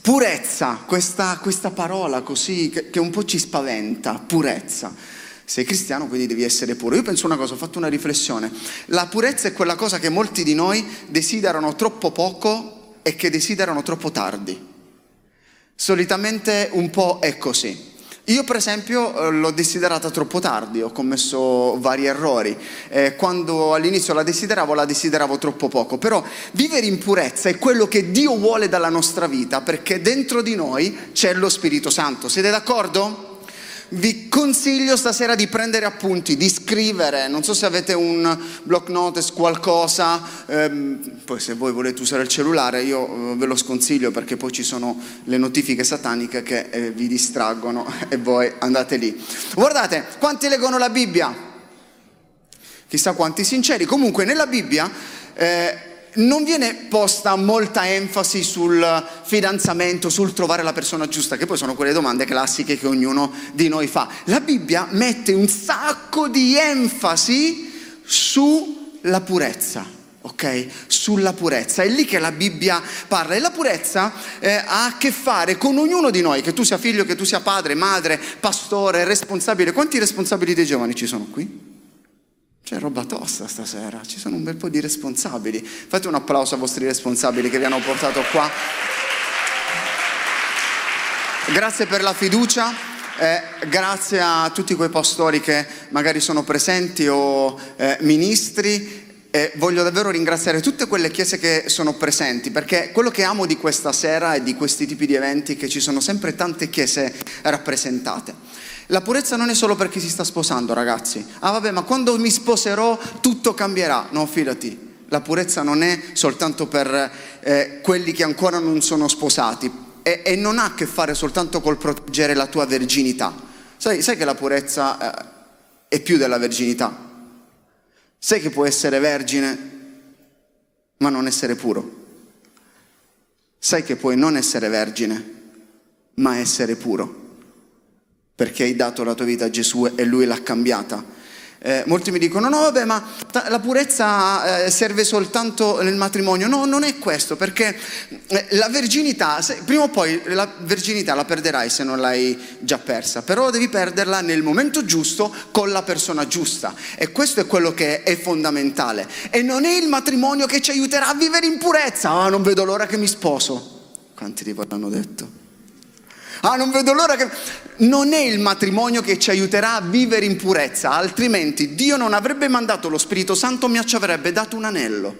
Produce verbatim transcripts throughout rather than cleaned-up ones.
Purezza, questa, questa parola così che, che un po' ci spaventa, purezza. Sei cristiano, quindi devi essere puro. Io penso una cosa, ho fatto una riflessione. La purezza è quella cosa che molti di noi desiderano troppo poco e che desiderano troppo tardi. Solitamente un po' è così. Io per esempio l'ho desiderata troppo tardi, ho commesso vari errori. Eh, quando all'inizio la desideravo, la desideravo troppo poco. Però vivere in purezza è quello che Dio vuole dalla nostra vita, perché dentro di noi c'è lo Spirito Santo. Siete d'accordo? Vi consiglio stasera di prendere appunti, di scrivere, non so se avete un block notice, qualcosa, ehm, poi se voi volete usare il cellulare io eh, ve lo sconsiglio, perché poi ci sono le notifiche sataniche che eh, vi distraggono e voi andate lì. Guardate, quanti leggono la Bibbia? Chissà quanti sinceri. Comunque nella Bibbia eh, non viene posta molta enfasi sul fidanzamento, sul trovare la persona giusta, che poi sono quelle domande classiche che ognuno di noi fa. La Bibbia mette un sacco di enfasi sulla purezza, ok? Sulla purezza. È lì che la Bibbia parla. E la purezza eh, ha a che fare con ognuno di noi, che tu sia figlio, che tu sia padre, madre, pastore, responsabile. Quanti responsabili dei giovani ci sono qui? C'è roba tosta stasera, ci sono un bel po' di responsabili. Fate un applauso ai vostri responsabili che vi hanno portato qua. Grazie per la fiducia, eh, grazie a tutti quei pastori che magari sono presenti o eh, ministri. Eh, voglio davvero ringraziare tutte quelle chiese che sono presenti, perché quello che amo di questa sera e di questi tipi di eventi è che ci sono sempre tante chiese rappresentate. La purezza non è solo per chi si sta sposando, ragazzi. Ah vabbè, ma quando mi sposerò tutto cambierà. No, fidati, la purezza non è soltanto per eh, quelli che ancora non sono sposati e, e non ha a che fare soltanto col proteggere la tua verginità. Sai, sai che la purezza eh, è più della verginità. Sai che puoi essere vergine ma non essere puro. Sai che puoi non essere vergine ma essere puro, perché hai dato la tua vita a Gesù e Lui l'ha cambiata. Eh, molti mi dicono, no vabbè, ma la purezza eh, serve soltanto nel matrimonio. No, non è questo, perché eh, la verginità, se, prima o poi la verginità la perderai se non l'hai già persa, però devi perderla nel momento giusto, con la persona giusta, e questo è quello che è fondamentale. E non è il matrimonio che ci aiuterà a vivere in purezza. Ah, non vedo l'ora che mi sposo. Quanti di voi l'hanno detto? Ah, non vedo l'ora che... Non è il matrimonio che ci aiuterà a vivere in purezza, altrimenti Dio non avrebbe mandato lo Spirito Santo, ma ci avrebbe dato un anello.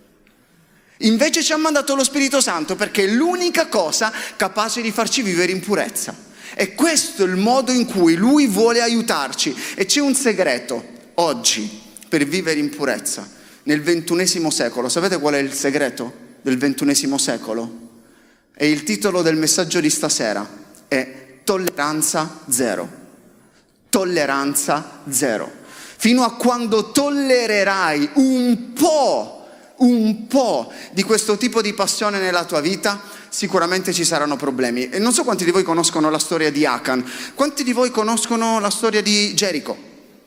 Invece ci ha mandato lo Spirito Santo perché è l'unica cosa capace di farci vivere in purezza. E questo è il modo in cui Lui vuole aiutarci. E c'è un segreto oggi per vivere in purezza nel ventunesimo secolo. Sapete qual è il segreto del ventunesimo secolo? E il titolo del messaggio di stasera è tolleranza zero. Tolleranza zero. Fino a quando tollererai un po', un po' di questo tipo di passione nella tua vita, sicuramente ci saranno problemi. E non so quanti di voi conoscono la storia di Achan. Quanti di voi conoscono la storia di Gerico?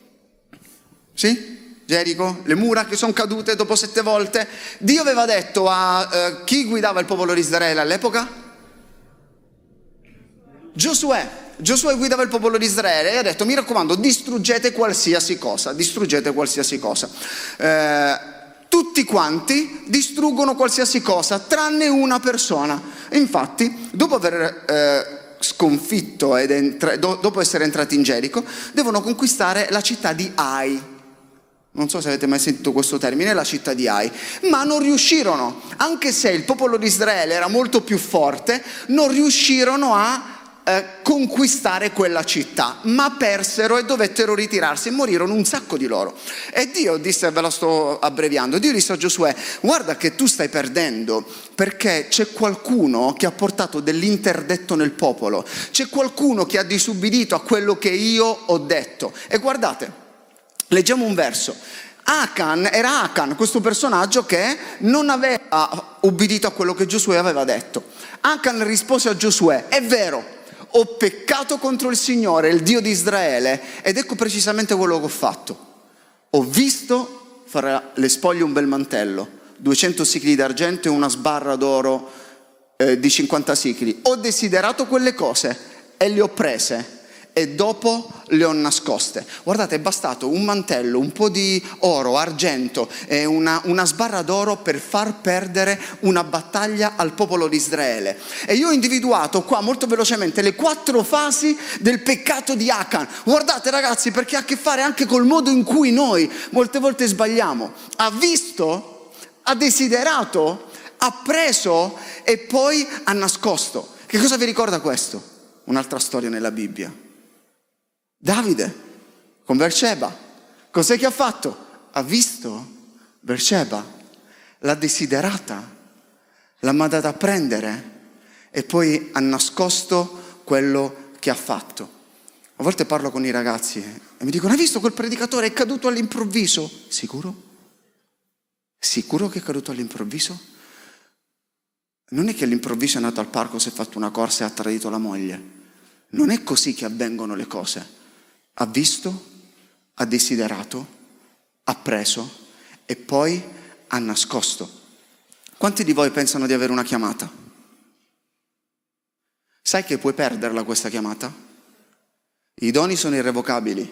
Sì? Gerico, le mura che sono cadute dopo sette volte. Dio aveva detto a eh, chi guidava il popolo di Israele all'epoca? Giosuè. Giosuè guidava il popolo di Israele e ha detto, mi raccomando, distruggete qualsiasi cosa, distruggete qualsiasi cosa. Eh, tutti quanti distruggono qualsiasi cosa, tranne una persona. Infatti, dopo aver eh, sconfitto ed entra- do- dopo essere entrati in Gerico, devono conquistare la città di Ai. Non so se avete mai sentito questo termine, la città di Ai. Ma non riuscirono, anche se il popolo di Israele era molto più forte, non riuscirono a Eh, conquistare quella città, ma persero e dovettero ritirarsi e morirono un sacco di loro. E Dio disse, ve la sto abbreviando, Dio disse a Giosuè, guarda che tu stai perdendo perché c'è qualcuno che ha portato dell'interdetto nel popolo, c'è qualcuno che ha disubbidito a quello che io ho detto. E guardate, leggiamo un verso. Achan era Achan, questo personaggio che non aveva ubbidito a quello che Giosuè aveva detto. Achan rispose a Giosuè, è vero, ho peccato contro il Signore, il Dio di Israele, ed ecco precisamente quello che ho fatto. Ho visto fare le spoglie un bel mantello, duecento sicli d'argento e una sbarra d'oro eh, di cinquanta sicli. Ho desiderato quelle cose e le ho prese e dopo le ho nascoste. Guardate, è bastato un mantello, un po' di oro, argento e una, una sbarra d'oro per far perdere una battaglia al popolo di Israele. E io ho individuato qua molto velocemente le quattro fasi del peccato di Achan. Guardate ragazzi, perché ha a che fare anche col modo in cui noi molte volte sbagliamo. Ha visto, ha desiderato, ha preso e poi ha nascosto. Che cosa vi ricorda questo? Un'altra storia nella Bibbia. Davide con Berseba, cos'è che ha fatto? Ha visto Berseba, l'ha desiderata, l'ha mandata a prendere e poi ha nascosto quello che ha fatto. A volte parlo con i ragazzi e mi dicono: hai visto quel predicatore è caduto all'improvviso? Sicuro? Sicuro che è caduto all'improvviso? Non è che all'improvviso è andato al parco, si è fatto una corsa e ha tradito la moglie. Non è così che avvengono le cose. Ha visto, ha desiderato, ha preso e poi ha nascosto. Quanti di voi pensano di avere una chiamata? Sai che puoi perderla questa chiamata? I doni sono irrevocabili,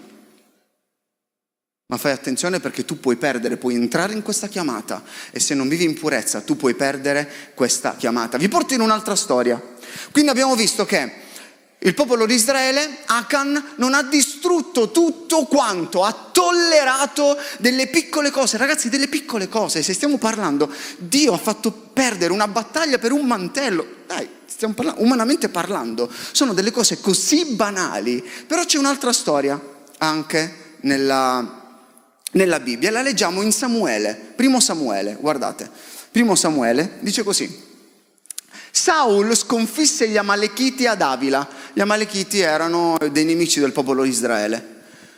ma fai attenzione perché tu puoi perdere, puoi entrare in questa chiamata e se non vivi in purezza tu puoi perdere questa chiamata. Vi porto in un'altra storia. Quindi abbiamo visto che il popolo di Israele, Achan, non ha distrutto tutto quanto, ha tollerato delle piccole cose. Ragazzi, delle piccole cose, se stiamo parlando, Dio ha fatto perdere una battaglia per un mantello. Dai, stiamo parlando, umanamente parlando, sono delle cose così banali. Però c'è un'altra storia anche nella, nella Bibbia, la leggiamo in Samuele, primo Samuele, guardate. Primo Samuele dice così: Saul sconfisse gli Amalechiti ad Avila. Gli Amalechiti erano dei nemici del popolo di Israele.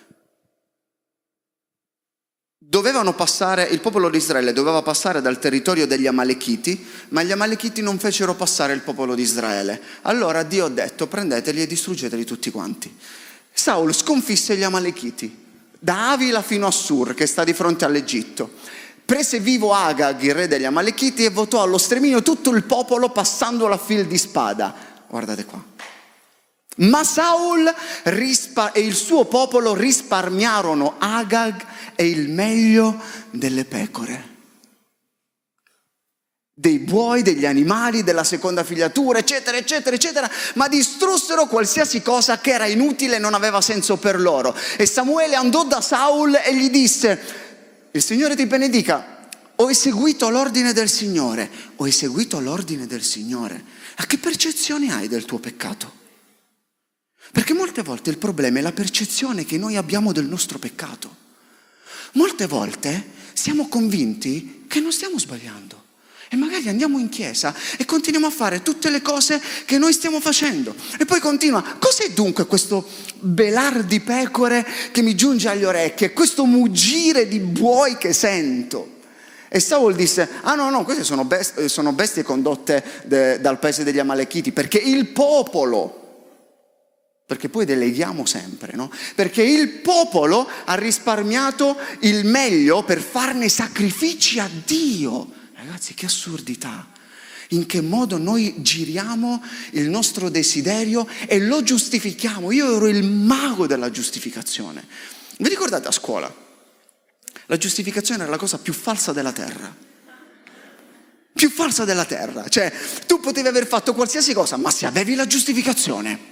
Dovevano passare, il popolo di Israele doveva passare dal territorio degli Amalechiti, ma gli Amalechiti non fecero passare il popolo di Israele. Allora Dio ha detto: prendeteli e distruggeteli tutti quanti. Saul sconfisse gli Amalechiti, da Avila fino a Sur, che sta di fronte all'Egitto. Prese vivo Agag, il re degli Amalechiti, e votò allo sterminio tutto il popolo passandolo a fil di spada. Guardate qua. Ma Saul rispa- e il suo popolo risparmiarono Agag e il meglio delle pecore, dei buoi, degli animali, della seconda figliatura, eccetera, eccetera, eccetera, ma distrussero qualsiasi cosa che era inutile e non aveva senso per loro. E Samuele andò da Saul e gli disse: il Signore ti benedica, ho eseguito l'ordine del Signore, ho eseguito l'ordine del Signore. A che percezione hai del tuo peccato? Perché molte volte il problema è la percezione che noi abbiamo del nostro peccato. Molte volte siamo convinti che non stiamo sbagliando e magari andiamo in chiesa e continuiamo a fare tutte le cose che noi stiamo facendo e poi continua: cos'è dunque questo belar di pecore che mi giunge agli orecchi, questo muggire di buoi che sento? E Saul disse: ah no no, queste sono bestie, sono bestie condotte de, dal paese degli Amalechiti, perché il popolo, perché poi deleghiamo sempre, no? Perché il popolo ha risparmiato il meglio per farne sacrifici a Dio. Ragazzi, che assurdità! In che modo noi giriamo il nostro desiderio e lo giustifichiamo. Io ero il mago della giustificazione. Vi ricordate a scuola? La giustificazione era la cosa più falsa della terra. Più falsa della terra. Cioè, tu potevi aver fatto qualsiasi cosa, ma se avevi la giustificazione,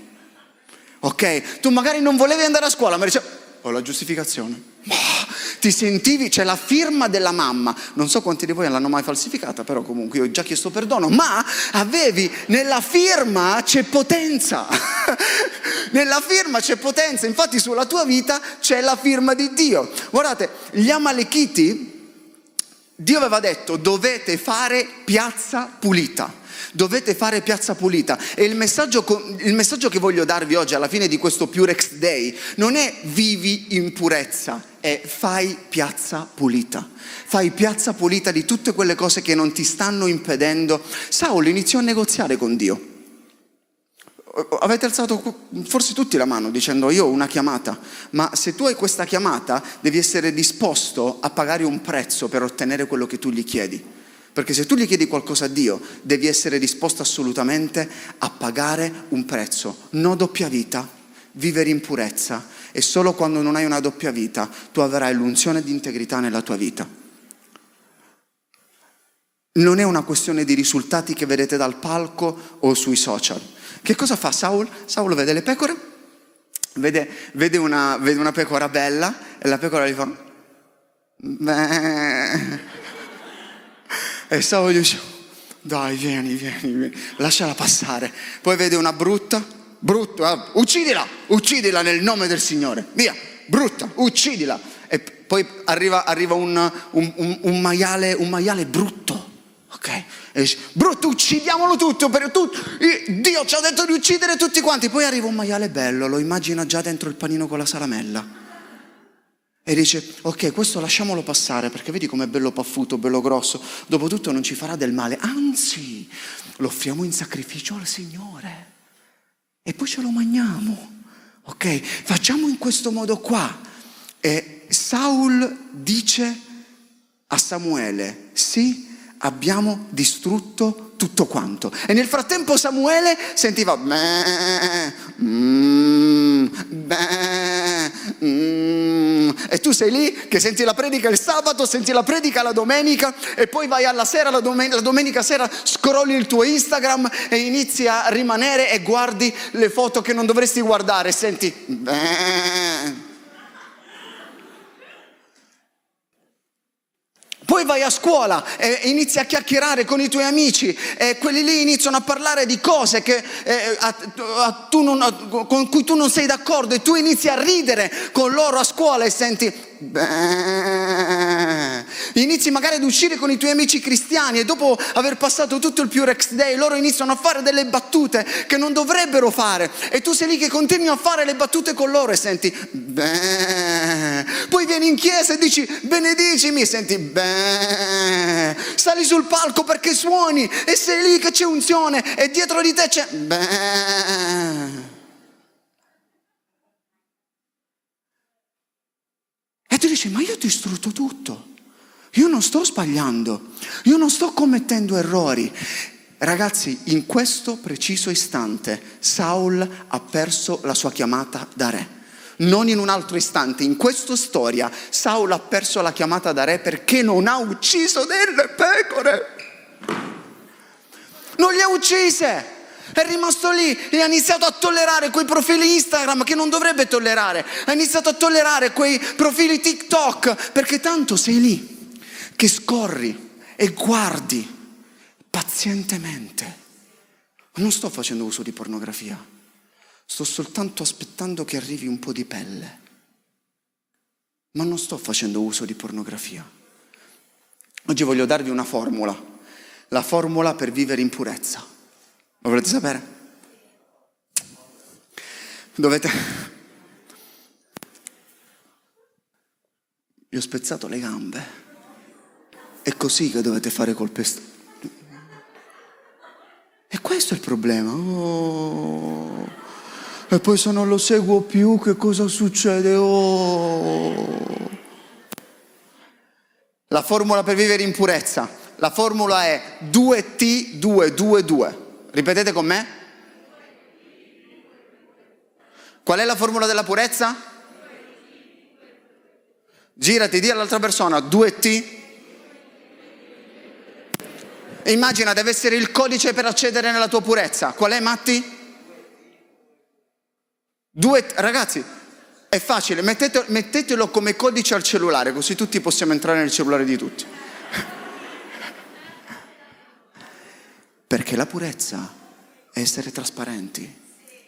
ok? Tu magari non volevi andare a scuola, ma dicevi: ho la giustificazione. Ti sentivi, c'è la firma della mamma. Non so quanti di voi l'hanno mai falsificata, però comunque io ho già chiesto perdono. Ma avevi, nella firma c'è potenza. Nella firma c'è potenza. Infatti sulla tua vita c'è la firma di Dio. Guardate, gli Amalechiti, Dio aveva detto: dovete fare piazza pulita. Dovete fare piazza pulita. E il messaggio, il messaggio che voglio darvi oggi alla fine di questo Purex Day non è vivi in purezza, è fai piazza pulita. Fai piazza pulita di tutte quelle cose che non ti stanno impedendo. Saul iniziò a negoziare con Dio. Avete alzato forse tutti la mano dicendo: io ho una chiamata, ma se tu hai questa chiamata devi essere disposto a pagare un prezzo per ottenere quello che tu gli chiedi. Perché se tu gli chiedi qualcosa a Dio, devi essere disposto assolutamente a pagare un prezzo. No doppia vita, vivere in purezza. E solo quando non hai una doppia vita, tu avrai l'unzione di integrità nella tua vita. Non è una questione di risultati che vedete dal palco o sui social. Che cosa fa Saul? Saul vede le pecore, vede, vede, una, vede una pecora bella e la pecora gli fa... Beh. E Saul gli dice, dai vieni, vieni, vieni, lasciala passare. Poi vede una brutta, brutta, eh, uccidila, uccidila nel nome del Signore, via, brutta, uccidila. E poi arriva, arriva un, un, un, un, maiale, un maiale brutto. Ok? E dice, brutto, uccidiamolo tutto, per tu, Dio ci ha detto di uccidere tutti quanti. Poi arriva un maiale bello, lo immagina già dentro il panino con la salamella. E dice, ok, questo lasciamolo passare, perché vedi com'è bello paffuto, bello grosso. Dopotutto non ci farà del male, anzi, lo offriamo in sacrificio al Signore. E poi ce lo mangiamo. Ok? Facciamo in questo modo qua. E Saul dice a Samuele, sì, abbiamo distrutto tutto quanto. E nel frattempo Samuele sentiva beh, mm, beh, mm. E tu sei lì che senti la predica il sabato, senti la predica la domenica e poi vai alla sera, la domenica, la domenica sera scrolli il tuo Instagram e inizi a rimanere e guardi le foto che non dovresti guardare e senti beh. Poi vai a scuola e inizi a chiacchierare con i tuoi amici e quelli lì iniziano a parlare di cose che, eh, a, a, tu non, a, con cui tu non sei d'accordo e tu inizi a ridere con loro a scuola e senti... Beh. Inizi magari ad uscire con i tuoi amici cristiani e dopo aver passato tutto il Purex Day loro iniziano a fare delle battute che non dovrebbero fare e tu sei lì che continui a fare le battute con loro e senti beh. Poi vieni in chiesa e dici benedicimi e senti beh. Sali sul palco perché suoni e sei lì che c'è unzione e dietro di te c'è beh. E tu dici, ma io ho distrutto tutto, io non sto sbagliando, io non sto commettendo errori. Ragazzi, in questo preciso istante Saul ha perso la sua chiamata da re. Non in un altro istante, in questa storia Saul ha perso la chiamata da re perché non ha ucciso delle pecore. Non le ha uccise. È rimasto lì e ha iniziato a tollerare quei profili Instagram che non dovrebbe tollerare. Ha iniziato a tollerare quei profili TikTok perché tanto sei lì che scorri e guardi pazientemente. Non sto facendo uso di pornografia, sto soltanto aspettando che arrivi un po' di pelle. Ma non sto facendo uso di pornografia. Oggi voglio darvi una formula, la formula per vivere in purezza. Lo volete sapere? Dovete... Gli ho spezzato le gambe. È così che dovete fare col pestone. E questo è il problema. Oh. E poi se non lo seguo più, che cosa succede? Oh. La formula per vivere in purezza. La formula è due T due due due. Ripetete con me. Qual è la formula della purezza? Girati, di all'altra persona, due T. Immagina, deve essere il codice per accedere nella tua purezza. Qual è, Matti? Due, ragazzi, è facile, mettete, mettetelo come codice al cellulare, così tutti possiamo entrare nel cellulare di tutti. Perché la purezza è essere trasparenti.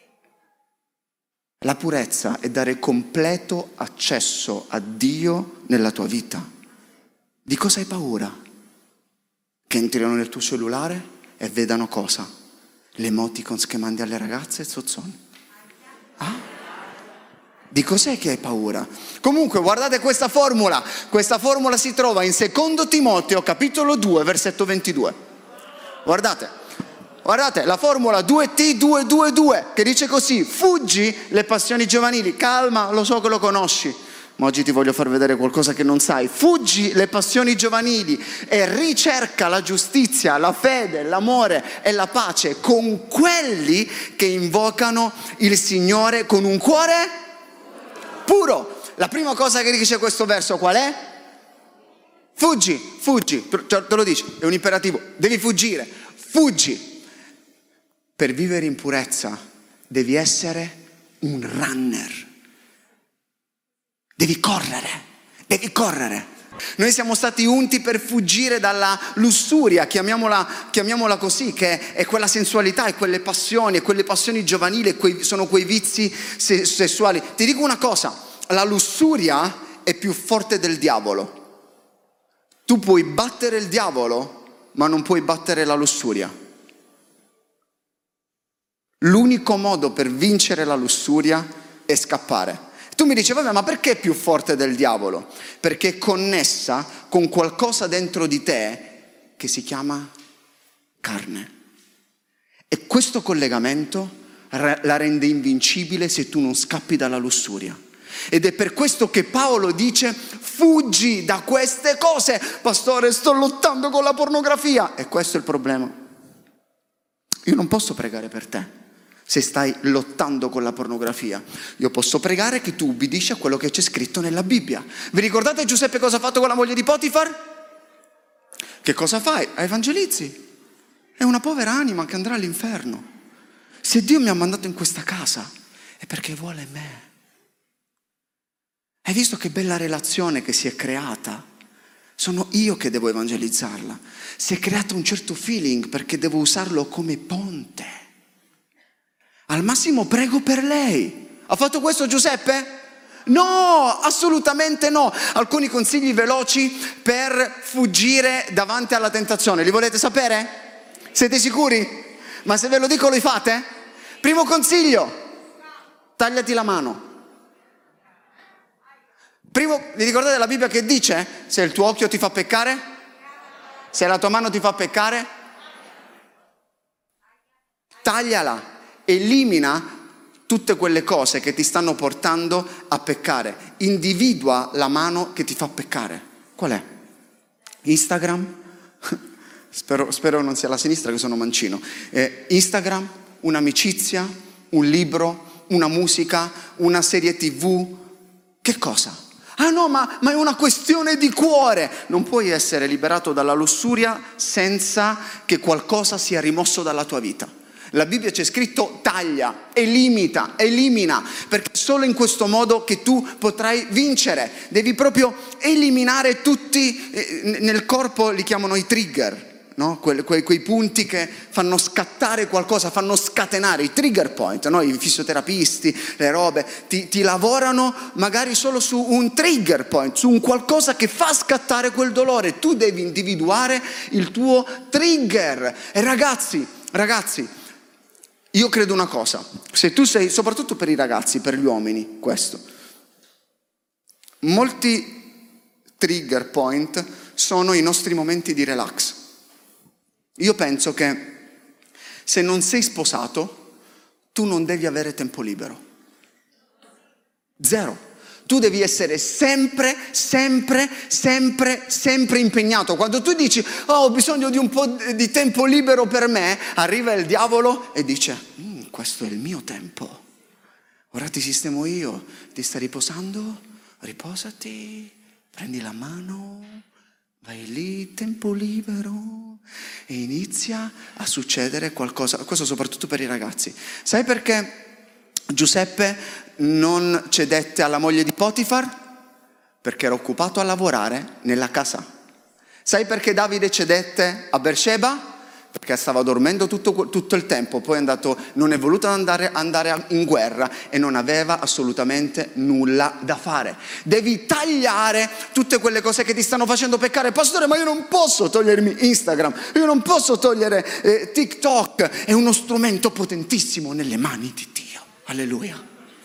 La purezza è dare completo accesso a Dio nella tua vita. Di cosa hai paura? Che entrino nel tuo cellulare e vedano cosa? Le emoticons che mandi alle ragazze e zozzoni. Ah? Di cos'è che hai paura? Comunque guardate questa formula. Questa formula si trova in secondo Timoteo capitolo due versetto ventidue. Guardate, guardate, la formula due T due due due che dice così: fuggi le passioni giovanili. Calma, lo so che lo conosci. ma oggi ti voglio far vedere qualcosa che non sai. Fuggi le passioni giovanili e ricerca la giustizia, la fede, l'amore e la pace con quelli che invocano il Signore con un cuore puro. La prima cosa che dice questo verso qual è? Fuggi, fuggi, te lo dice, è un imperativo, devi fuggire, fuggi. Per vivere in purezza devi essere un runner. Devi correre, devi correre. Noi siamo stati unti per fuggire dalla lussuria, chiamiamola, chiamiamola così, che è quella sensualità, e quelle passioni, e quelle passioni giovanili, quei, sono quei vizi se- sessuali. Ti dico una cosa, la lussuria è più forte del diavolo. Tu puoi battere il diavolo, ma non puoi battere la lussuria. L'unico modo per vincere la lussuria è scappare. Tu mi dici, vabbè, ma perché è più forte del diavolo? Perché è connessa con qualcosa dentro di te che si chiama carne. E questo collegamento la rende invincibile se tu non scappi dalla lussuria. Ed è per questo che Paolo dice, fuggi da queste cose. Pastore, sto lottando con la pornografia. E questo è il problema. Io non posso pregare per te se stai lottando con la pornografia. Io posso pregare che tu ubbidisci a quello che c'è scritto nella Bibbia. Vi ricordate Giuseppe cosa ha fatto con la moglie di Potifar? Che cosa fai? Evangelizzi. È una povera anima che andrà all'inferno. Se Dio mi ha mandato in questa casa è perché vuole me. Hai visto che bella relazione che si è creata? Sono io che devo evangelizzarla. Si è creato un certo feeling perché devo usarlo come ponte. Al massimo prego per lei. Ha fatto questo Giuseppe? No, assolutamente no. Alcuni consigli veloci per fuggire davanti alla tentazione. Li volete sapere? Siete sicuri? Ma se ve lo dico lo fate? Primo consiglio, tagliati la mano. Primo, vi ricordate la Bibbia che dice? Se il tuo occhio ti fa peccare? Se la tua mano ti fa peccare? Tagliala. Elimina tutte quelle cose che ti stanno portando a peccare. Individua la mano che ti fa peccare. Qual è? Instagram? Spero, spero non sia la sinistra che sono mancino. Eh, Instagram, un'amicizia, un libro, una musica, una serie tivù. Che cosa? Ah no, ma, ma è una questione di cuore. Non puoi essere liberato dalla lussuria senza che qualcosa sia rimosso dalla tua vita. La Bibbia c'è scritto taglia, elimina, elimina, perché solo in questo modo che tu potrai vincere. Devi proprio eliminare tutti, eh, nel corpo li chiamano i trigger, no? Que- que- quei punti che fanno scattare qualcosa, fanno scatenare, i trigger point, no? I fisioterapisti, le robe, ti, ti lavorano magari solo su un trigger point, su un qualcosa che fa scattare quel dolore. Tu devi individuare il tuo trigger. E ragazzi, ragazzi, io credo una cosa, se tu sei, soprattutto per i ragazzi, per gli uomini, questo, molti trigger point sono i nostri momenti di relax. Io penso che se non sei sposato, tu non devi avere tempo libero. Zero. Tu devi essere sempre, sempre, sempre, sempre impegnato. Quando tu dici, oh, ho bisogno di un po' di tempo libero per me, arriva il diavolo e dice, mm, questo è il mio tempo. Ora ti sistemo io. Ti stai riposando? Riposati, prendi la mano, vai lì, tempo libero, e inizia a succedere qualcosa. Questo soprattutto per i ragazzi. Sai perché Giuseppe non cedette alla moglie di Potifar? Perché era occupato a lavorare nella casa. Sai perché Davide cedette a Beersheba? Perché stava dormendo tutto, tutto il tempo. Poi è andato, non è voluto andare, andare in guerra e non aveva assolutamente nulla da fare. Devi tagliare tutte quelle cose che ti stanno facendo peccare. Pastore, ma io non posso togliermi Instagram, io non posso togliere eh, TikTok. È uno strumento potentissimo nelle mani di Dio. Alleluia.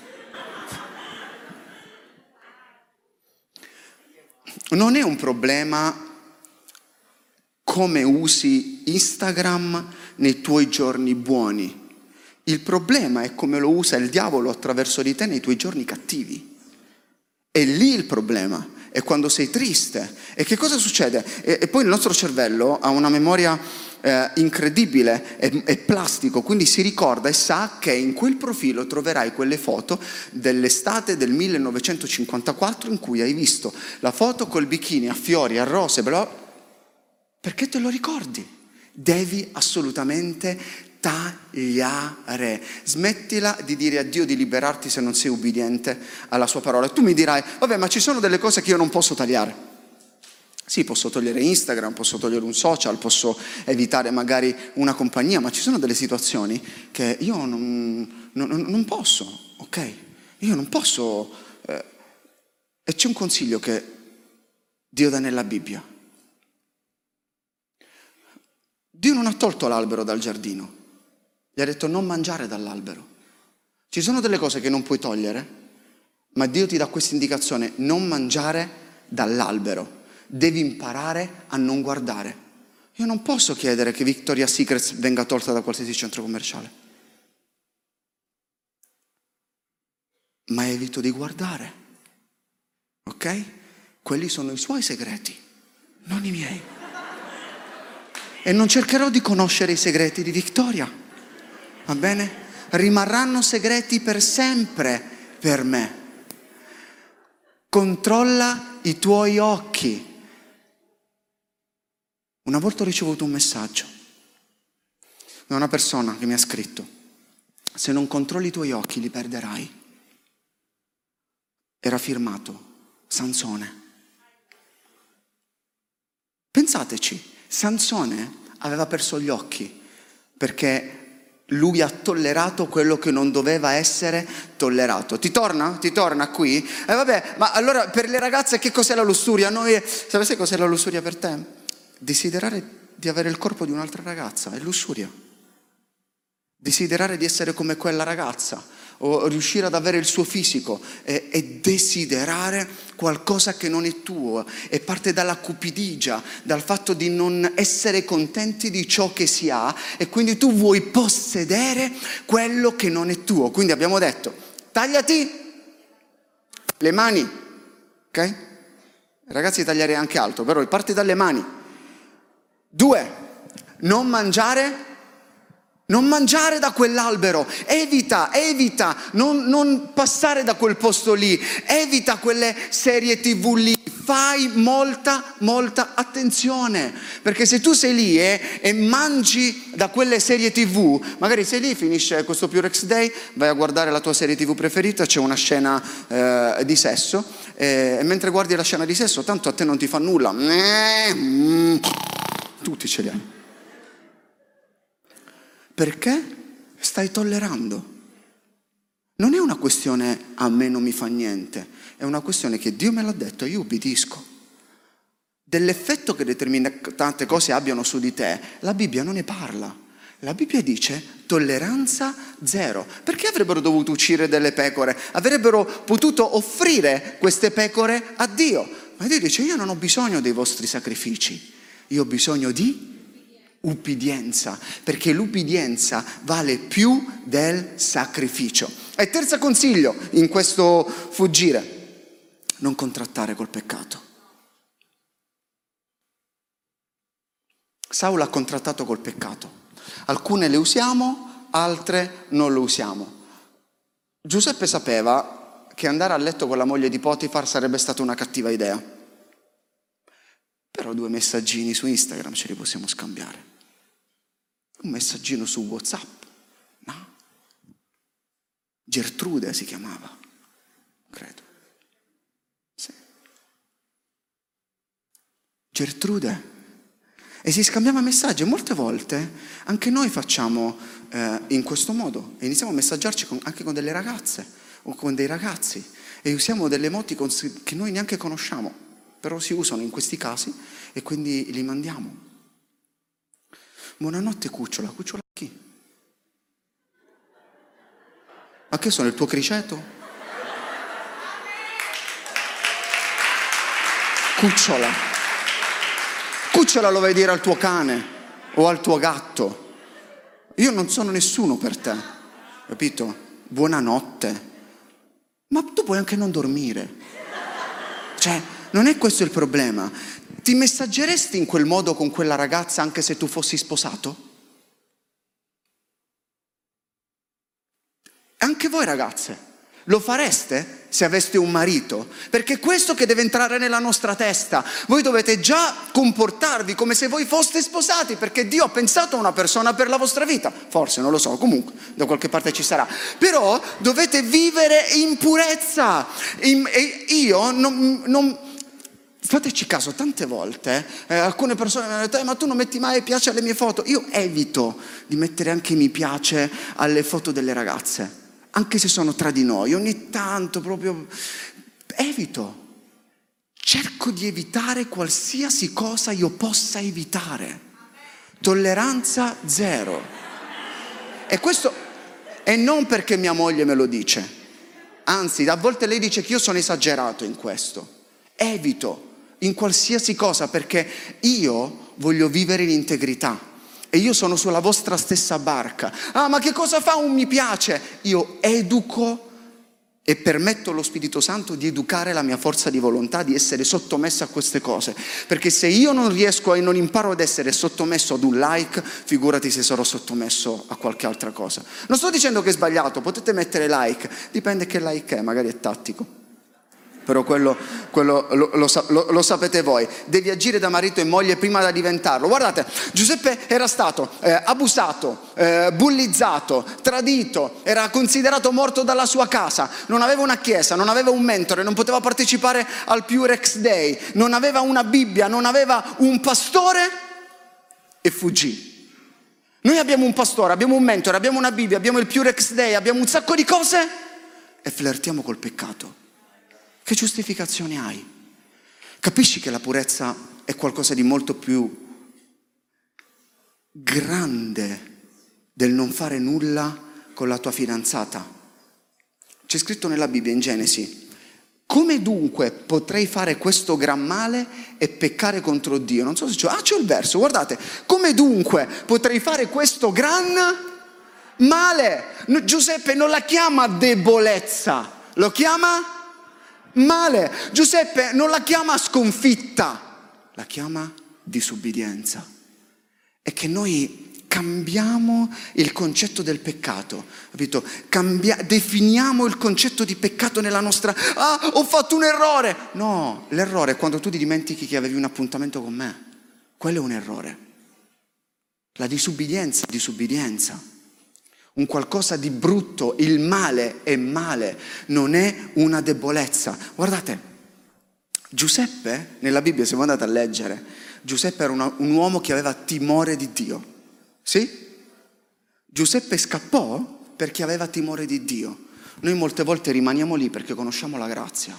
Non è un problema come usi Instagram nei tuoi giorni buoni. Il problema è come lo usa il diavolo attraverso di te nei tuoi giorni cattivi. È lì il problema, è quando sei triste. E che cosa succede? E, e poi il nostro cervello ha una memoria eh, incredibile, è, è plastico, quindi si ricorda e sa che in quel profilo troverai quelle foto dell'estate del millenovecentocinquantaquattro in cui hai visto la foto col bikini a fiori, a rose, bla, perché te lo ricordi? Devi assolutamente tagliare. Smettila di dire a Dio di liberarti se non sei ubbidiente alla sua parola. Tu mi dirai, vabbè, ma ci sono delle cose che io non posso tagliare. Sì, posso togliere Instagram, posso togliere un social, posso evitare magari una compagnia, ma ci sono delle situazioni che io non, non, non posso, ok? Io non posso. Eh, e c'è un consiglio che Dio dà nella Bibbia. Dio non ha tolto l'albero dal giardino. Gli ha detto non mangiare dall'albero. Ci sono delle cose che non puoi togliere, ma Dio ti dà questa indicazione, non mangiare dall'albero. Devi imparare a non guardare. Io non posso chiedere che Victoria's Secret venga tolta da qualsiasi centro commerciale. Ma evito di guardare. Ok? Quelli sono i suoi segreti, non i miei. E non cercherò di conoscere i segreti di Victoria. Va bene? Rimarranno segreti per sempre per me. Controlla i tuoi occhi. Una volta ho ricevuto un messaggio da una persona che mi ha scritto: se non controlli i tuoi occhi li perderai. Era firmato Sansone. Pensateci, Sansone aveva perso gli occhi perché lui ha tollerato quello che non doveva essere tollerato. Ti torna? Ti torna qui? E eh vabbè, ma allora per le ragazze che cos'è la lussuria? Noi, sapete cos'è la lussuria per te? Desiderare di avere il corpo di un'altra ragazza è lussuria. Desiderare di essere come quella ragazza o riuscire ad avere il suo fisico è, è desiderare qualcosa che non è tuo, e parte dalla cupidigia, dal fatto di non essere contenti di ciò che si ha, e quindi tu vuoi possedere quello che non è tuo. Quindi abbiamo detto, tagliati le mani, ok? Ragazzi, tagliare anche altro, però parte dalle mani. Due, non mangiare Non mangiare da quell'albero, evita, evita, non, non passare da quel posto lì, evita quelle serie tivù lì, fai molta, molta attenzione, perché se tu sei lì eh, e mangi da quelle serie tivù, magari sei lì, finisce questo Purex Day, vai a guardare la tua serie tivù preferita, c'è una scena eh, di sesso, eh, e mentre guardi la scena di sesso, tanto a te non ti fa nulla, tutti ce li hai. Perché stai tollerando? Non è una questione a me non mi fa niente, è una questione che Dio me l'ha detto e io ubbidisco. Dell'effetto che determinate cose abbiano su di te, la Bibbia non ne parla. La Bibbia dice tolleranza zero. Perché avrebbero dovuto uccidere delle pecore? Avrebbero potuto offrire queste pecore a Dio. Ma Dio dice, io non ho bisogno dei vostri sacrifici, io ho bisogno di ubbidienza, perché l'ubbidienza vale più del sacrificio. E terzo consiglio in questo fuggire: non contrattare col peccato. Saulo ha contrattato col peccato. Alcune le usiamo, altre non le usiamo. Giuseppe sapeva che andare a letto con la moglie di Potifar sarebbe stata una cattiva idea. Però due messaggini su Instagram ce li possiamo scambiare. Un messaggino su WhatsApp, no? Gertrude si chiamava, credo. Sì. Gertrude. E si scambiava messaggi. Molte volte anche noi facciamo eh, in questo modo. E iniziamo a messaggiarci con, anche con delle ragazze o con dei ragazzi. E usiamo delle emoticons che noi neanche conosciamo, però si usano in questi casi e quindi li mandiamo. Buonanotte cucciola, cucciola chi? Ma che sono, il tuo criceto? Cucciola. Cucciola lo vai dire al tuo cane o al tuo gatto. Io non sono nessuno per te, capito? Buonanotte. Ma tu puoi anche non dormire. Cioè, non è questo il problema. Ti messaggeresti in quel modo con quella ragazza anche se tu fossi sposato? Anche voi ragazze, lo fareste se aveste un marito? Perché è questo che deve entrare nella nostra testa. Voi dovete già comportarvi come se voi foste sposati, perché Dio ha pensato a una persona per la vostra vita. Forse, non lo so, comunque, da qualche parte ci sarà. Però dovete vivere in purezza. In, e io non... non fateci caso, tante volte eh, alcune persone mi hanno detto eh, ma tu non metti mai piace alle mie foto. Io evito di mettere anche mi piace alle foto delle ragazze, anche se sono tra di noi, ogni tanto proprio evito, cerco di evitare qualsiasi cosa io possa evitare, tolleranza zero. E questo, e non perché mia moglie me lo dice, anzi a volte lei dice che io sono esagerato in questo, evito in qualsiasi cosa perché io voglio vivere in integrità. E io sono sulla vostra stessa barca. Ah, ma che cosa fa un mi piace? Io educo e permetto allo Spirito Santo di educare la mia forza di volontà, di essere sottomessa a queste cose. Perché se io non riesco e non imparo ad essere sottomesso ad un like, figurati se sarò sottomesso a qualche altra cosa. Non sto dicendo che è sbagliato, potete mettere like, dipende che like è, magari è tattico. Però quello, quello lo, lo, lo, lo sapete voi. Devi agire da marito e moglie prima da diventarlo. Guardate, Giuseppe era stato eh, abusato, eh, bullizzato, tradito, era considerato morto dalla sua casa, non aveva una chiesa, non aveva un mentore, non poteva partecipare al Purex Day, non aveva una Bibbia, non aveva un pastore e fuggì. Noi abbiamo un pastore, abbiamo un mentore, abbiamo una Bibbia, abbiamo il Purex Day, abbiamo un sacco di cose e flirtiamo col peccato. Che giustificazione hai? Capisci che la purezza è qualcosa di molto più grande del non fare nulla con la tua fidanzata? C'è scritto nella Bibbia in Genesi: come dunque potrei fare questo gran male e peccare contro Dio? Non so se c'è, ah c'è il verso, guardate, come dunque potrei fare questo gran male? Giuseppe non la chiama debolezza, lo chiama male. Giuseppe non la chiama sconfitta, la chiama disubbidienza. È che noi cambiamo il concetto del peccato, capito? Cambia, definiamo il concetto di peccato nella nostra... Ah, ho fatto un errore! No, l'errore è quando tu ti dimentichi che avevi un appuntamento con me. Quello è un errore. La disubbidienza è disubbidienza. Un qualcosa di brutto, il male è male, non è una debolezza. Guardate, Giuseppe, nella Bibbia, se voi andate a leggere, Giuseppe era una, un uomo che aveva timore di Dio. Sì? Giuseppe scappò perché aveva timore di Dio. Noi molte volte rimaniamo lì perché conosciamo la grazia.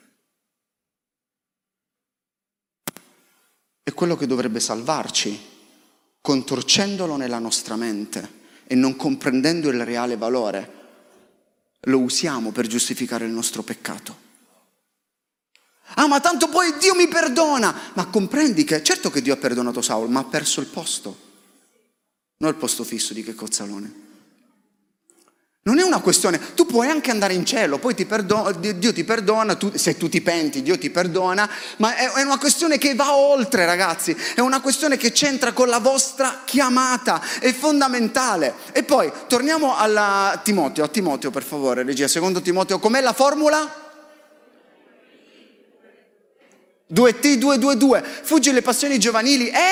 È quello che dovrebbe salvarci, contorcendolo nella nostra mente e non comprendendo il reale valore, lo usiamo per giustificare il nostro peccato. Ah, ma tanto poi Dio mi perdona! Ma comprendi che, certo che Dio ha perdonato Saulo, ma ha perso il posto. Non il posto fisso di che cozzalone. Non è una questione, tu puoi anche andare in cielo, poi ti perdona, Dio ti perdona, tu, se tu ti penti Dio ti perdona, ma è, è una questione che va oltre, ragazzi, è una questione che c'entra con la vostra chiamata, è fondamentale. E poi torniamo a Timoteo, a Timoteo per favore, regia, secondo Timoteo, com'è la formula? due T due due due, fuggi le passioni giovanili e...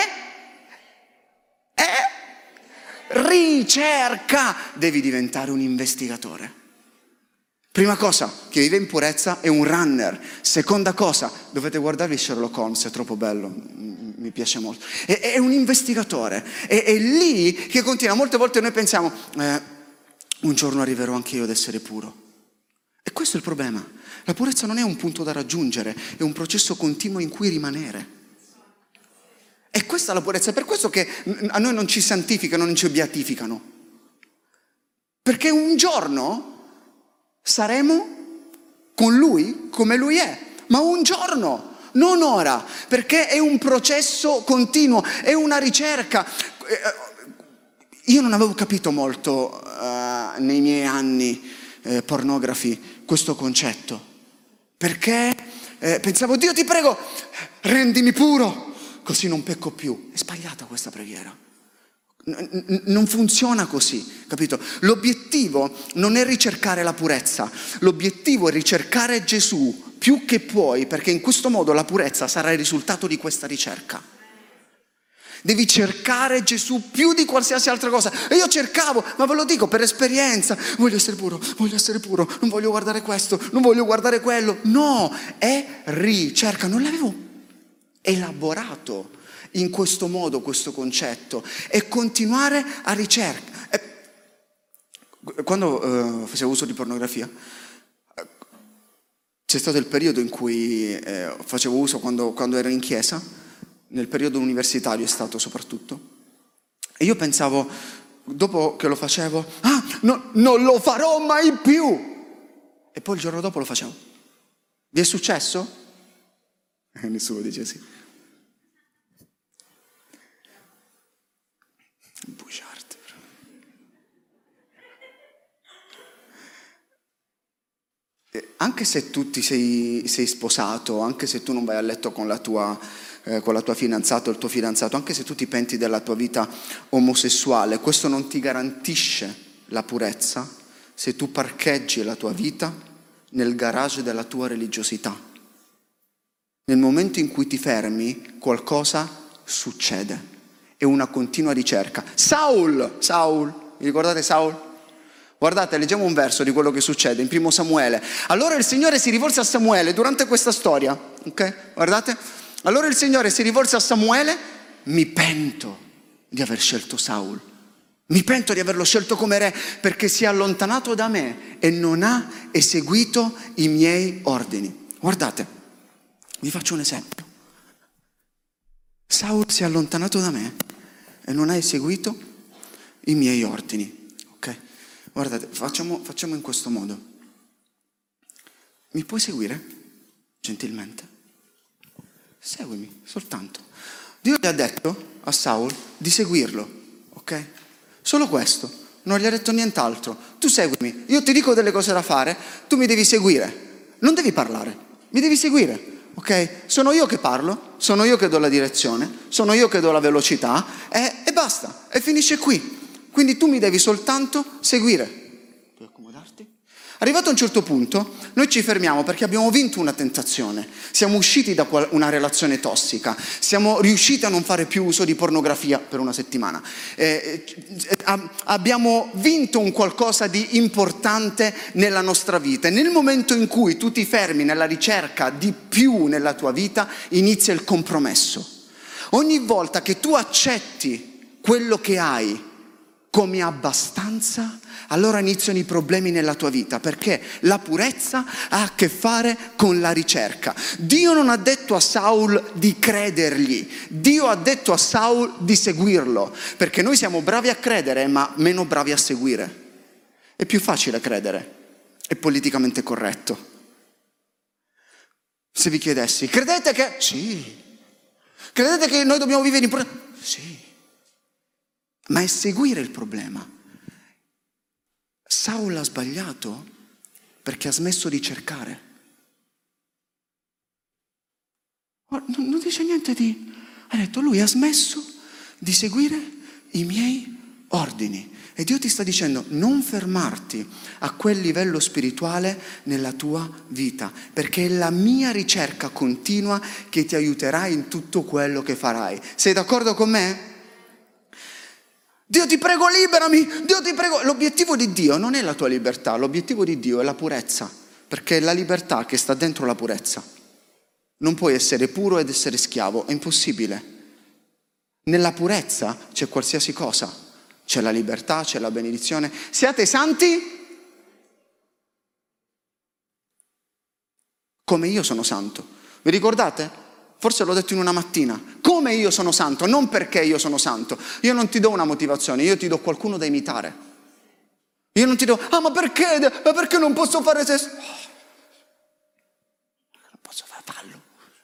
e... ricerca, devi diventare un investigatore. Prima cosa, chi vive in purezza è un runner. Seconda cosa, dovete guardarvi Sherlock Holmes, è troppo bello, mi piace molto. È, è un investigatore, è, è lì che continua. Molte volte noi pensiamo, eh, un giorno arriverò anche io ad essere puro. E questo è il problema. La purezza non è un punto da raggiungere, è un processo continuo in cui rimanere. E questa è la purezza, è per questo che a noi non ci santificano, non ci beatificano. Perché un giorno saremo con Lui come Lui è, ma un giorno, non ora, perché è un processo continuo, è una ricerca. Io non avevo capito molto uh, nei miei anni eh, pornografi questo concetto, perché eh, pensavo, Dio ti prego, rendimi puro, così non pecco più. È sbagliata questa preghiera. N- non funziona così, capito? L'obiettivo non è ricercare la purezza, l'obiettivo è ricercare Gesù più che puoi, perché in questo modo la purezza sarà il risultato di questa ricerca. Devi cercare Gesù più di qualsiasi altra cosa. E io cercavo, ma ve lo dico per esperienza, voglio essere puro, voglio essere puro, non voglio guardare questo, non voglio guardare quello. No, è ricerca, non l'avevo elaborato in questo modo questo concetto, e continuare a ricerca. E quando eh, facevo uso di pornografia, c'è stato il periodo in cui eh, facevo uso quando, quando ero in chiesa, nel periodo universitario è stato soprattutto, e io pensavo, dopo che lo facevo, ah, no, non lo farò mai più, e poi il giorno dopo lo facevo. Vi è successo? E nessuno dice sì. Bugiardi. Anche se tu ti sei, sei sposato, anche se tu non vai a letto con la tua, eh, con la tua fidanzata o il tuo fidanzato, anche se tu ti penti della tua vita omosessuale, questo non ti garantisce la purezza se tu parcheggi la tua vita nel garage della tua religiosità. Nel momento in cui ti fermi, qualcosa succede. È una continua ricerca. Saul, Saul, vi ricordate Saul? Guardate, leggiamo un verso di quello che succede in primo Samuele. Allora il Signore si rivolse a Samuele durante questa storia, ok? Guardate. Allora il Signore si rivolse a Samuele, mi pento di aver scelto Saul. Mi pento di averlo scelto come re, perché si è allontanato da me e non ha eseguito i miei ordini. Guardate, vi faccio un esempio. Saul si è allontanato da me e non ha eseguito i miei ordini. Ok? Guardate, facciamo, facciamo in questo modo. Mi puoi seguire? Gentilmente. Seguimi, soltanto. Dio gli ha detto a Saul di seguirlo, ok? Solo questo, non gli ha detto nient'altro. Tu seguimi, io ti dico delle cose da fare, tu mi devi seguire. Non devi parlare, mi devi seguire. Ok? Sono io che parlo, sono io che do la direzione, sono io che do la velocità e, e basta, e finisce qui. Quindi tu mi devi soltanto seguire. Puoi accomodarti? Arrivato a un certo punto, noi ci fermiamo perché abbiamo vinto una tentazione, siamo usciti da una relazione tossica, siamo riusciti a non fare più uso di pornografia per una settimana, eh, eh, abbiamo vinto un qualcosa di importante nella nostra vita, e nel momento in cui tu ti fermi nella ricerca di più nella tua vita, inizia il compromesso. Ogni volta che tu accetti quello che hai come abbastanza, allora iniziano i problemi nella tua vita, perché la purezza ha a che fare con la ricerca. Dio non ha detto a Saul di credergli, Dio ha detto a Saul di seguirlo, perché noi siamo bravi a credere ma meno bravi a seguire. È più facile credere, è politicamente corretto. Se vi chiedessi, credete che... Sì. Credete che noi dobbiamo vivere in purezza? Sì. Ma è seguire il problema. Saul ha sbagliato perché ha smesso di cercare. Non dice niente di... Ha detto, lui ha smesso di seguire i miei ordini. E Dio ti sta dicendo, non fermarti a quel livello spirituale nella tua vita, perché è la mia ricerca continua che ti aiuterà in tutto quello che farai. Sei d'accordo con me? Dio ti prego liberami, Dio ti prego. L'obiettivo di Dio non è la tua libertà, l'obiettivo di Dio è la purezza, perché è la libertà che sta dentro la purezza. Non puoi essere puro ed essere schiavo, è impossibile. Nella purezza c'è qualsiasi cosa, c'è la libertà, c'è la benedizione. Siate santi come io sono santo. Vi ricordate? Forse l'ho detto in una mattina, come io sono santo, non perché io sono santo. Io non ti do una motivazione, io ti do qualcuno da imitare. Io non ti do, ah ma perché, ma perché non posso fare se... Oh, non posso fare, fallo.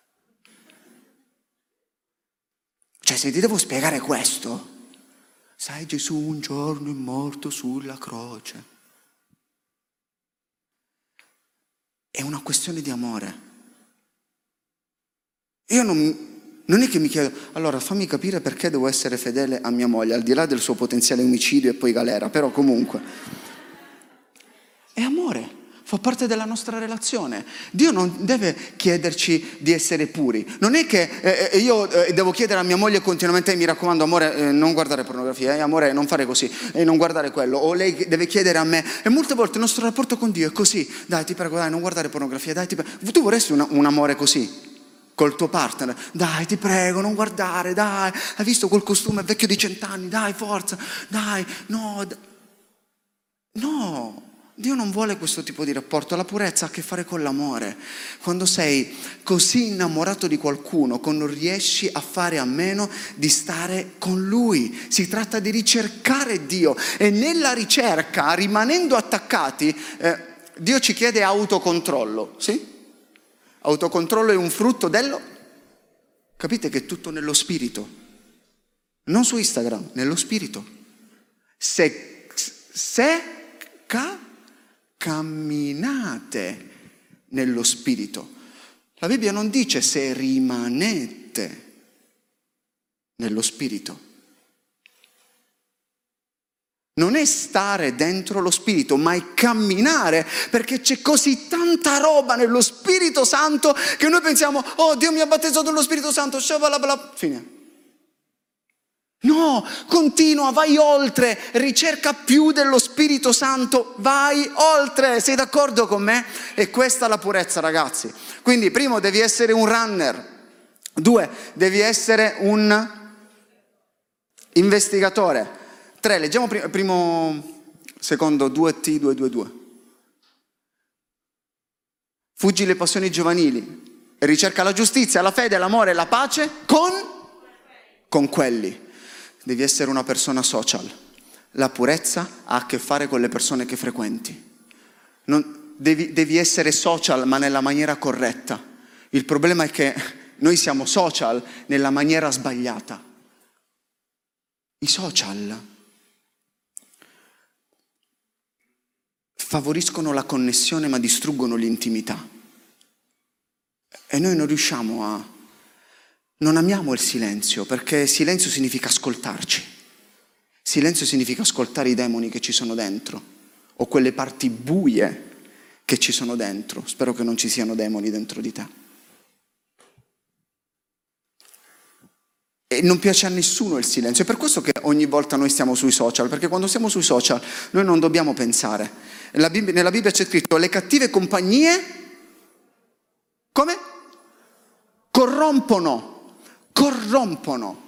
Cioè se ti devo spiegare questo, sai Gesù un giorno è morto sulla croce. È una questione di amore. Io non, non è che mi chiedo, allora fammi capire perché devo essere fedele a mia moglie, al di là del suo potenziale omicidio e poi galera, però comunque. È amore. Fa parte della nostra relazione. Dio non deve chiederci di essere puri. Non è che eh, io eh, devo chiedere a mia moglie continuamente, mi raccomando amore, eh, non guardare pornografia, eh, amore, non fare così, e eh, non guardare quello. O lei deve chiedere a me. E molte volte il nostro rapporto con Dio è così. Dai, ti prego, dai, non guardare pornografia. Dai, ti prego. Tu vorresti una, un amore così? Col tuo partner? Dai, ti prego, non guardare, dai. Hai visto quel costume vecchio di cent'anni? Dai, forza. Dai, no. D- no. Dio non vuole questo tipo di rapporto. La purezza ha a che fare con l'amore. Quando sei così innamorato di qualcuno che non riesci a fare a meno di stare con lui. Si tratta di ricercare Dio e nella ricerca, rimanendo attaccati, eh, Dio ci chiede autocontrollo, sì? Autocontrollo è un frutto dello... Capite che è tutto nello spirito, non su Instagram, nello spirito. Se, se ca, camminate nello spirito. La Bibbia non dice se rimanete nello spirito. Non è stare dentro lo spirito, ma è camminare, perché c'è così tanta roba nello Spirito Santo che noi pensiamo, oh Dio mi ha battezzato nello Spirito Santo, shabalabla, fine. No, continua, vai oltre, ricerca più dello Spirito Santo, vai oltre, sei d'accordo con me? E questa è la purezza, ragazzi. Quindi, primo, devi essere un runner. Due, devi essere un investigatore. Tre, leggiamo primo, primo secondo, due T due due due. Fuggi le passioni giovanili e ricerca la giustizia, la fede, l'amore e la pace con, con quelli. Devi essere una persona social. La purezza ha a che fare con le persone che frequenti. Non, devi, devi essere social, ma nella maniera corretta. Il problema è che noi siamo social nella maniera sbagliata. I social favoriscono la connessione, ma distruggono l'intimità. E noi non riusciamo a... Non amiamo il silenzio, perché silenzio significa ascoltarci. Silenzio significa ascoltare i demoni che ci sono dentro, o quelle parti buie che ci sono dentro. Spero che non ci siano demoni dentro di te. E non piace a nessuno il silenzio. È per questo che ogni volta noi stiamo sui social, perché quando siamo sui social noi non dobbiamo pensare. Nella Bibbia, nella Bibbia c'è scritto, le cattive compagnie, come? Corrompono. Corrompono.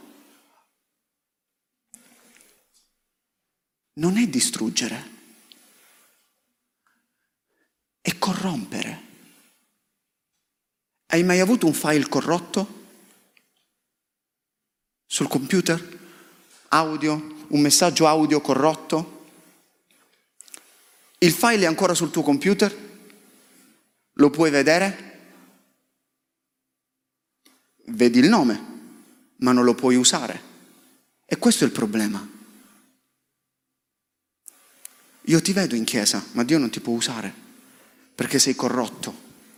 Non è distruggere, è corrompere. Hai mai avuto un file corrotto sul computer? Audio, un messaggio audio corrotto? Il file è ancora sul tuo computer? Lo puoi vedere? Vedi il nome, ma non lo puoi usare. E questo è il problema. Io ti vedo in chiesa, ma Dio non ti può usare, perché sei corrotto.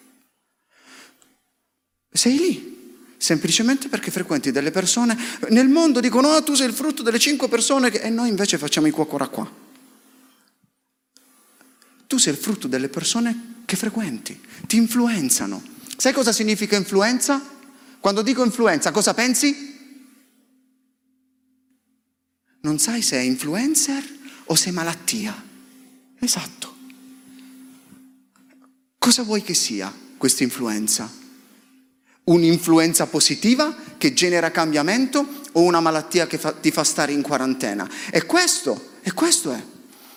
Sei lì, semplicemente perché frequenti delle persone. Nel mondo dicono, oh, tu sei il frutto delle cinque persone, che... e noi invece facciamo i cuocora qua. Tu sei il frutto delle persone che frequenti, ti influenzano. Sai cosa significa influenza? Quando dico influenza, cosa pensi? Non sai se è influencer o se è malattia. Esatto. Cosa vuoi che sia questa influenza? Un'influenza positiva che genera cambiamento o una malattia che fa, ti fa stare in quarantena? E questo, e questo è.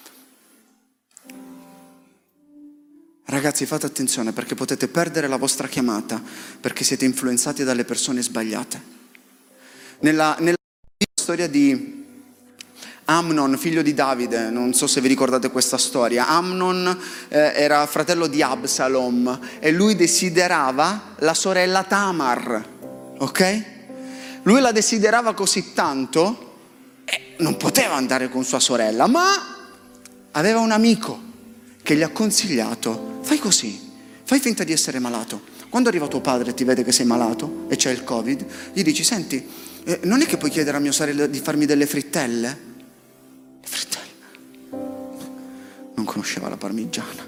Ragazzi, fate attenzione, perché potete perdere la vostra chiamata perché siete influenzati dalle persone sbagliate. Nella, nella storia di Amnon, figlio di Davide, non so se vi ricordate questa storia, Amnon eh, era fratello di Absalom e lui desiderava la sorella Tamar, ok? Lui la desiderava così tanto e non poteva andare con sua sorella, ma aveva un amico che gli ha consigliato, fai così, fai finta di essere malato, Quando arriva tuo padre e ti vede che sei malato e c'è il Covid, gli dici: senti, eh, non è che puoi chiedere a mia sorella di farmi delle frittelle? Le frittelle? Non conosceva la parmigiana.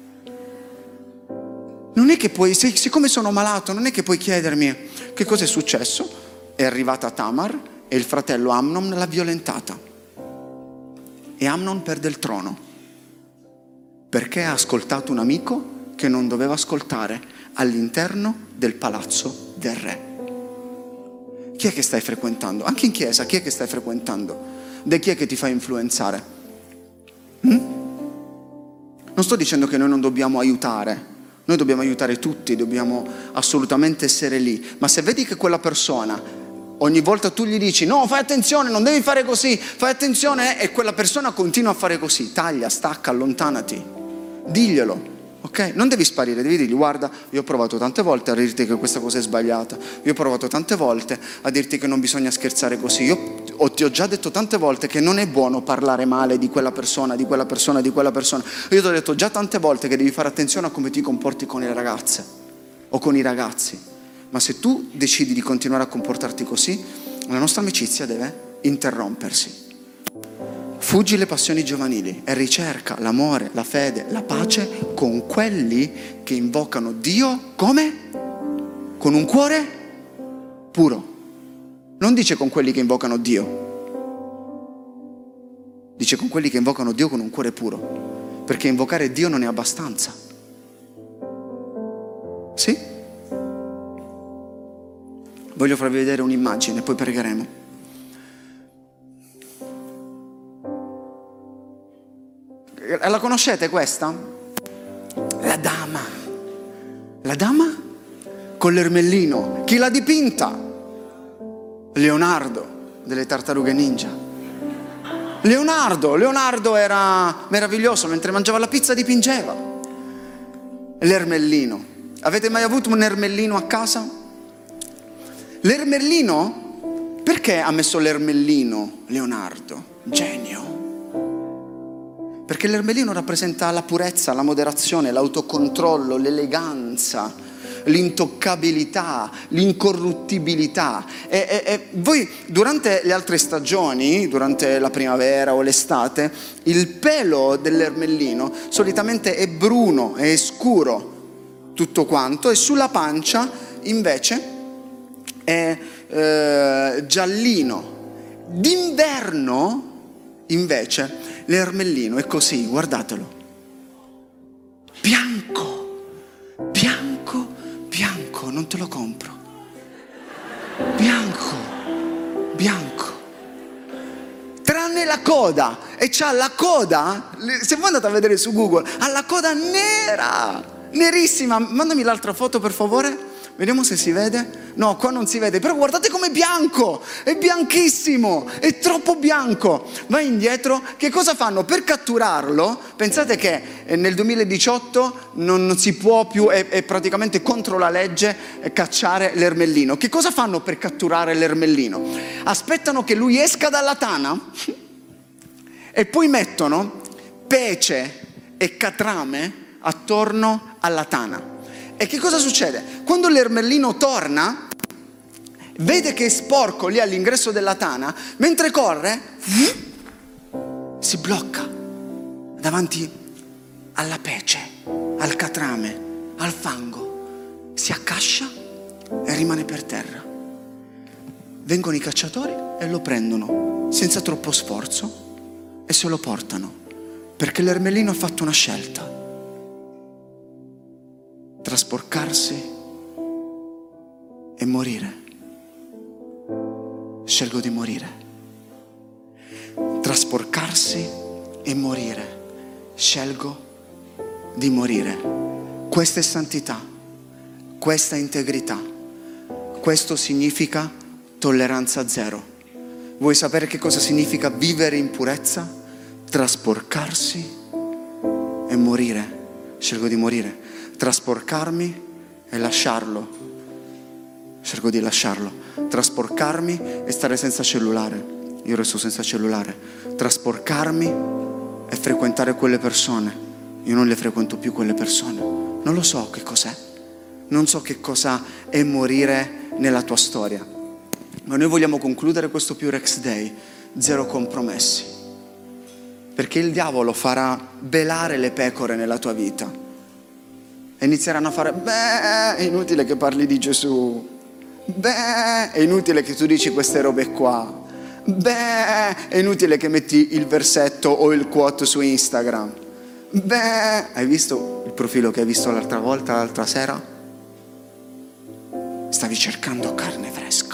Non è che puoi, siccome sono malato, non è che puoi chiedermi che cosa è successo? È arrivata Tamar e il fratello Amnon l'ha violentata. E Amnon perde il trono perché ha ascoltato un amico che non doveva ascoltare all'interno del palazzo del re. Chi è che stai frequentando? Anche in chiesa, chi è che stai frequentando? Da chi è che ti fa influenzare? Hm? Non sto dicendo che noi non dobbiamo aiutare. Noi dobbiamo aiutare tutti, dobbiamo assolutamente essere lì. Ma se vedi che quella persona, ogni volta tu gli dici: no, fai attenzione, non devi fare così, fai attenzione, e quella persona continua a fare così, taglia, stacca, allontanati. Diglielo, ok? Non devi sparire, devi dirgli: guarda, io ho provato tante volte a dirti che questa cosa è sbagliata, io ho provato tante volte a dirti che non bisogna scherzare così, io o ti ho già detto tante volte che non è buono parlare male di quella persona, di quella persona, di quella persona. Io ti ho detto già tante volte che devi fare attenzione a come ti comporti con le ragazze o con i ragazzi. Ma se tu decidi di continuare a comportarti così, la nostra amicizia deve interrompersi. Fuggi le passioni giovanili e ricerca l'amore, la fede, la pace con quelli che invocano Dio come? Con un cuore puro. Non dice con quelli che invocano Dio, dice con quelli che invocano Dio con un cuore puro, perché invocare Dio non è abbastanza. Sì? Voglio farvi vedere un'immagine, poi pregheremo. La conoscete questa? La dama. La dama con l'ermellino. Chi l'ha dipinta? Leonardo delle Tartarughe Ninja. Leonardo, Leonardo era meraviglioso, mentre mangiava la pizza dipingeva. L'ermellino. Avete mai avuto un ermellino a casa? L'ermellino, perché ha messo l'ermellino Leonardo? Genio. Perché l'ermellino rappresenta la purezza, la moderazione, l'autocontrollo, l'eleganza, l'intoccabilità, l'incorruttibilità. E, e, e voi durante le altre stagioni, durante la primavera o l'estate, il pelo dell'ermellino solitamente è bruno, è scuro tutto quanto, e sulla pancia invece è eh, giallino. D'inverno invece l'ermellino è così, guardatelo, bianco, bianco, bianco, non te lo compro, bianco, bianco, tranne la coda, e c'ha la coda, se voi andate a vedere su Google, ha la coda nera, nerissima. Mandami l'altra foto per favore. Vediamo se si vede. No, qua non si vede, però guardate com'è bianco, è bianchissimo, è troppo bianco. Vai indietro. Che cosa fanno? Per catturarlo, pensate che nel duemiladiciotto non, non si può più, è, è praticamente contro la legge cacciare l'ermellino. Che cosa fanno per catturare l'ermellino? Aspettano che lui esca dalla tana e poi mettono pece e catrame attorno alla tana. E che cosa succede? Quando l'ermellino torna, vede che è sporco lì all'ingresso della tana, mentre corre, si blocca davanti alla pece, al catrame, al fango, si accascia e rimane per terra. Vengono i cacciatori e lo prendono senza troppo sforzo e se lo portano, perché l'ermellino ha fatto una scelta: trasporcarsi e morire. Scelgo di morire. Trasporcarsi e morire. Scelgo di morire. Questa è santità, questa è integrità, questo significa tolleranza zero. Vuoi sapere che cosa significa vivere in purezza? Trasporcarsi e morire. Scelgo di morire. Trasporcarmi e lasciarlo. Scelgo di lasciarlo. Trasporcarmi e stare senza cellulare. Io resto senza cellulare. Trasporcarmi e frequentare quelle persone. Io non le frequento più quelle persone. Non lo so che cos'è, Non so che cosa è morire nella tua storia, ma noi vogliamo concludere questo Purex Day, zero compromessi, perché il diavolo farà belare le pecore nella tua vita e inizieranno a fare, beh, è inutile che parli di Gesù, beh, è inutile che tu dici queste robe qua, beh, è inutile che metti il versetto o il quote su Instagram, beh, hai visto il profilo che hai visto l'altra volta, l'altra sera? Stavi cercando carne fresca.